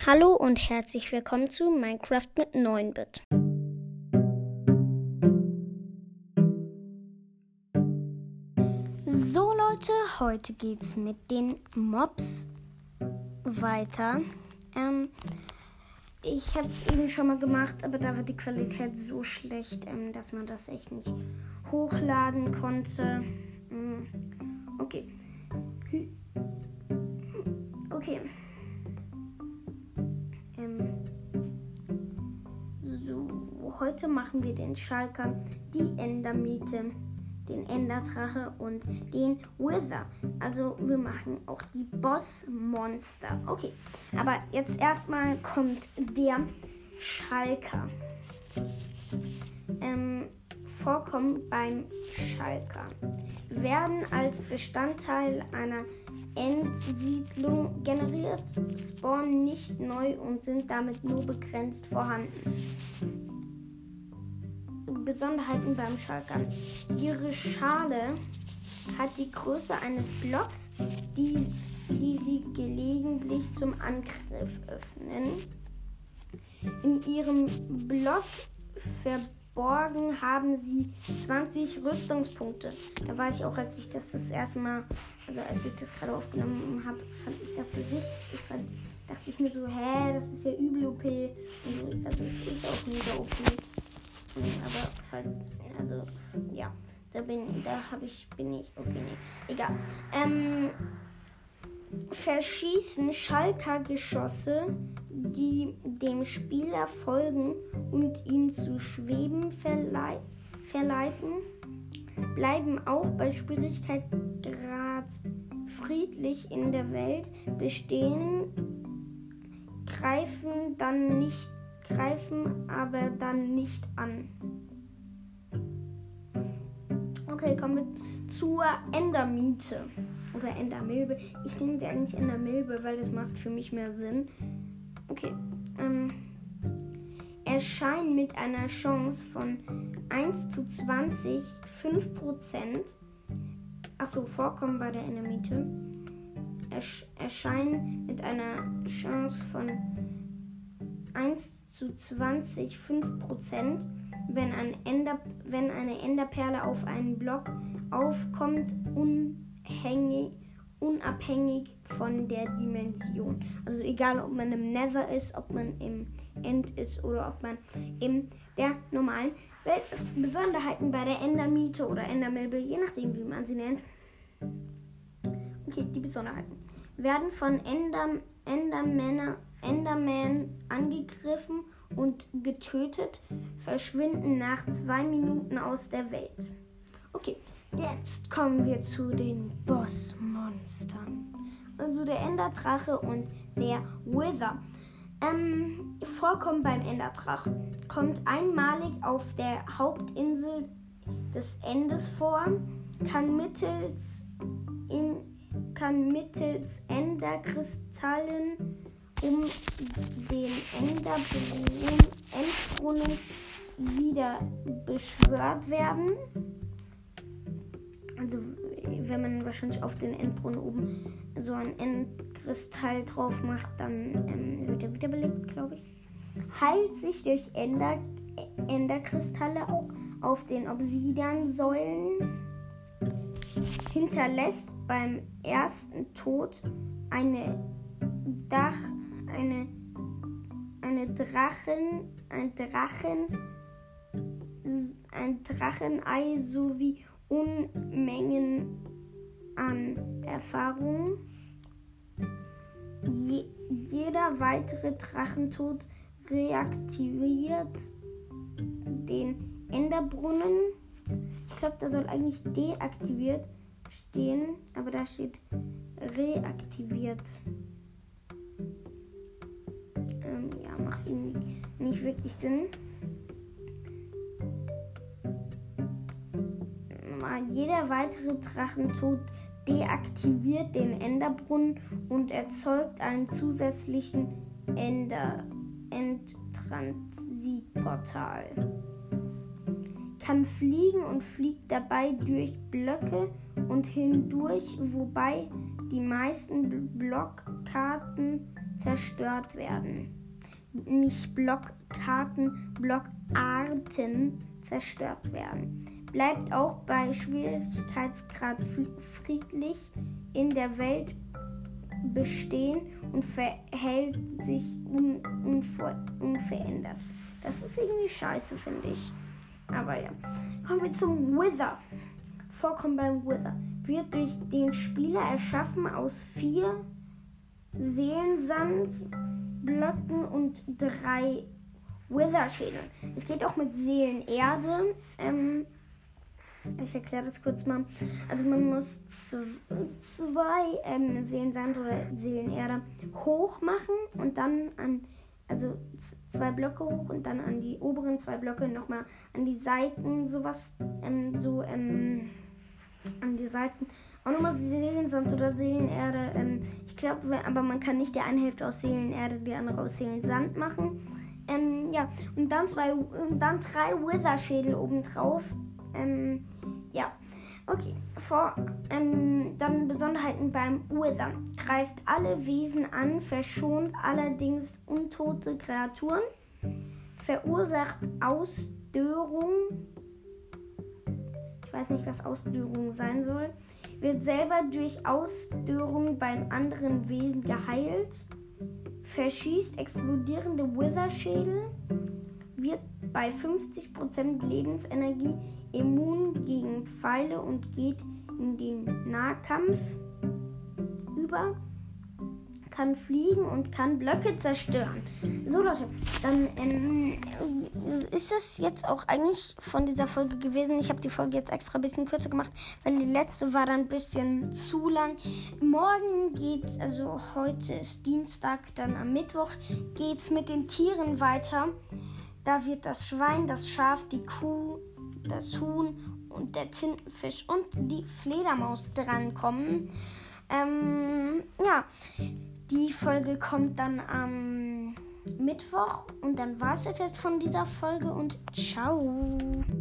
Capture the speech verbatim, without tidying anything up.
Hallo und herzlich willkommen zu Minecraft mit neun Bit. So Leute, heute geht's mit den Mobs weiter. Ähm, ich habe es eben schon mal gemacht, aber da war die Qualität so schlecht, ähm, dass man das echt nicht hochladen konnte. Ähm, okay. Okay. Ähm, so, heute machen wir den Schalker, die Endermiete, den Enderdrache und den Wither. Also wir machen auch die Bossmonster. Okay, aber jetzt erstmal kommt der Schalker. Ähm, vorkommen beim Schalker. Werden als Bestandteil einer Endsiedlung generiert, spawnen nicht neu und sind damit nur begrenzt vorhanden. Besonderheiten beim Schalker. Ihre Schale hat die Größe eines Blocks, die, die sie gelegentlich zum Angriff öffnen. In ihrem Block verborgen haben sie zwanzig Rüstungspunkte. Da war ich auch, als ich das das erste Mal, also als ich das gerade aufgenommen habe, fand ich das richtig, ich fand, dachte ich mir so, hä, das ist ja übel O P. Also, also es ist auch mega O P. Aber, also, ja, da bin, da habe ich, bin ich, okay, nee, egal. Ähm, verschießen Schalker-Geschosse, die dem Spieler folgen und ihn zu schweben verlei- verleiten, bleiben auch bei Schwierigkeitsgrad friedlich in der Welt bestehen, greifen dann nicht greifen aber dann nicht an. Okay, kommen wir zur Endermiete oder Endermilbe. Ich nenne sie eigentlich Endermilbe, weil das macht für mich mehr Sinn. Okay, ähm, erscheinen mit einer Chance von eins zu zwanzig, fünf Prozent. Achso, vorkommen bei der Endermiete. Ersch- erscheinen mit einer Chance von eins zu zwanzig, fünf Prozent, wenn, ein Ender, wenn eine Enderperle auf einen Block aufkommt, unhängig, unabhängig von der Dimension. Also egal, ob man im Nether ist, ob man im End ist oder ob man in der normalen Welt ist. Besonderheiten bei der Endermiete oder Endermilbe, je nachdem, wie man sie nennt. Okay, die Besonderheiten. Werden von Ender, Endermänner Enderman angegriffen und getötet, verschwinden nach zwei Minuten aus der Welt. Okay, jetzt kommen wir zu den Bossmonstern. Also der Enderdrache und der Wither. Ähm, vorkommen beim Enderdrachen. Kommt einmalig auf der Hauptinsel des Endes vor, kann mittels, in, kann mittels Enderkristallen um den Enderbrunnen, Endbrunnen wieder beschwört werden. Also wenn man wahrscheinlich auf den Endbrunnen oben so ein Endkristall drauf macht, dann ähm, wird er wiederbelebt, glaube ich. Heilt sich durch Ender, Enderkristalle auf den Obsidiansäulen. Hinterlässt beim ersten Tod eine Dach Eine, eine Drachen, ein Drachen, ein Drachenei sowie Unmengen an Erfahrung. Je, jeder weitere Drachentod reaktiviert den Enderbrunnen. Ich glaube, da soll eigentlich deaktiviert stehen, aber da steht reaktiviert. Ja, macht irgendwie nicht wirklich Sinn. Jeder weitere Drachentod deaktiviert den Enderbrunnen und erzeugt einen zusätzlichen Ender Endtransitportal. Kann fliegen und fliegt dabei durch Blöcke und hindurch, wobei die meisten Blockkarten zerstört werden. Nicht Blockkarten, Blockarten zerstört werden. Bleibt auch bei Schwierigkeitsgrad friedlich in der Welt bestehen und verhält sich un- unver- unverändert. Das ist irgendwie scheiße, finde ich. Aber ja. Kommen wir zum Wither. Vorkommen beim Wither. Wird durch den Spieler erschaffen aus vier Seelensandblöcken und drei Wither-Schädeln. Es geht auch mit Seelenerde. Ähm, ich erkläre das kurz mal. Also man muss z- zwei ähm, Seelensand oder Seelenerde hoch machen und dann an, also z- zwei Blöcke hoch und dann an die oberen zwei Blöcke nochmal an die Seiten sowas, ähm, so, ähm, an die Seiten auch nochmal Seelensand oder Seelenerde. Ähm, ich glaube, aber man kann nicht die eine Hälfte aus Seelenerde, die andere aus Seelensand machen. Ähm, ja, und dann zwei, und dann drei Wither-Schädel obendrauf. Ähm, ja, okay. Vor, ähm, dann Besonderheiten beim Wither. Greift alle Wesen an, verschont allerdings untote Kreaturen, verursacht Ausdörung. Ich weiß nicht, was Ausdörung sein soll. Wird selber durch Ausdörung beim anderen Wesen geheilt. Verschießt explodierende Wither-Schädel. Wird bei fünfzig Prozent Lebensenergie immun gegen Pfeile und geht in den Nahkampf über. Kann fliegen und kann Blöcke zerstören. So Leute, dann ähm, ist es jetzt auch eigentlich von dieser Folge gewesen. Ich habe die Folge jetzt extra ein bisschen kürzer gemacht, weil die letzte war dann ein bisschen zu lang. Morgen geht's, also heute ist Dienstag, dann am Mittwoch geht's mit den Tieren weiter. Da wird das Schwein, das Schaf, die Kuh, das Huhn und der Tintenfisch und die Fledermaus drankommen. Ähm, ja, die Folge kommt dann am Mittwoch und dann war es jetzt von dieser Folge und ciao.